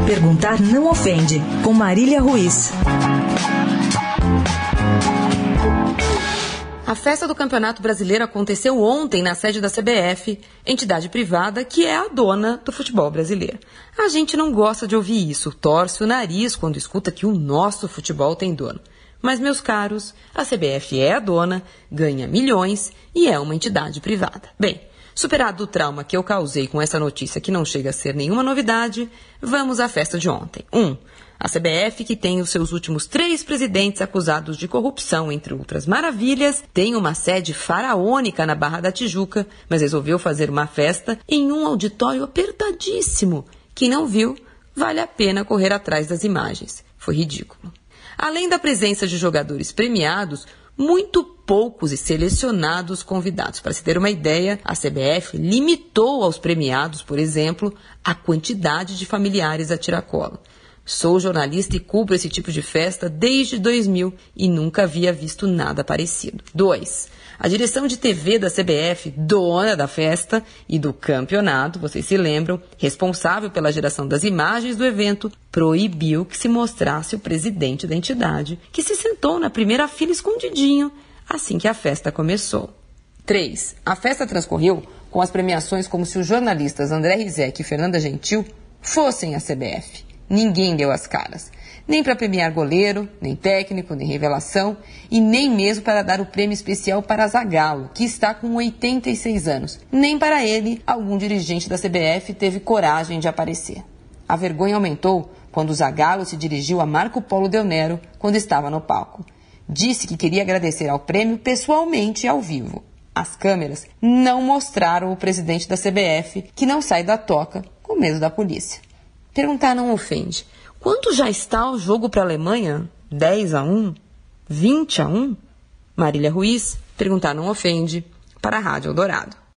Perguntar não ofende, com Marília Ruiz. A festa do Campeonato Brasileiro aconteceu ontem na sede da CBF, entidade privada que é a dona do futebol brasileiro. A gente não gosta de ouvir isso, torce o nariz quando escuta que o nosso futebol tem dono. Mas, meus caros, a CBF é a dona, ganha milhões e é uma entidade privada. Bem, superado o trauma que eu causei com essa notícia que não chega a ser nenhuma novidade, vamos à festa de ontem. A CBF, que tem os seus últimos 3 presidentes acusados de corrupção, entre outras maravilhas, tem uma sede faraônica na Barra da Tijuca, mas resolveu fazer uma festa em um auditório apertadíssimo. Quem não viu, vale a pena correr atrás das imagens. Foi ridículo. Além da presença de jogadores premiados, muito poucos e selecionados convidados. Para se ter uma ideia, a CBF limitou aos premiados, por exemplo, a quantidade de familiares a tiracolo. Sou jornalista e cubro esse tipo de festa desde 2000 e nunca havia visto nada parecido. 2. A direção de TV da CBF, dona da festa e do campeonato, vocês se lembram, responsável pela geração das imagens do evento, proibiu que se mostrasse o presidente da entidade, que se sentou na primeira fila escondidinho assim que a festa começou. 3. A festa transcorreu com as premiações como se os jornalistas André Rizek e Fernanda Gentil fossem a CBF. Ninguém deu as caras, nem para premiar goleiro, nem técnico, nem revelação, e nem mesmo para dar o prêmio especial para Zagallo, que está com 86 anos. Nem para ele, algum dirigente da CBF teve coragem de aparecer. A vergonha aumentou quando Zagallo se dirigiu a Marco Polo Del Nero quando estava no palco. Disse que queria agradecer ao prêmio pessoalmente e ao vivo. As câmeras não mostraram o presidente da CBF, que não sai da toca com medo da polícia. Perguntar não ofende. Quanto já está o jogo para a Alemanha? 10-1? 20-1? Marília Ruiz, perguntar não ofende, para a Rádio Eldorado.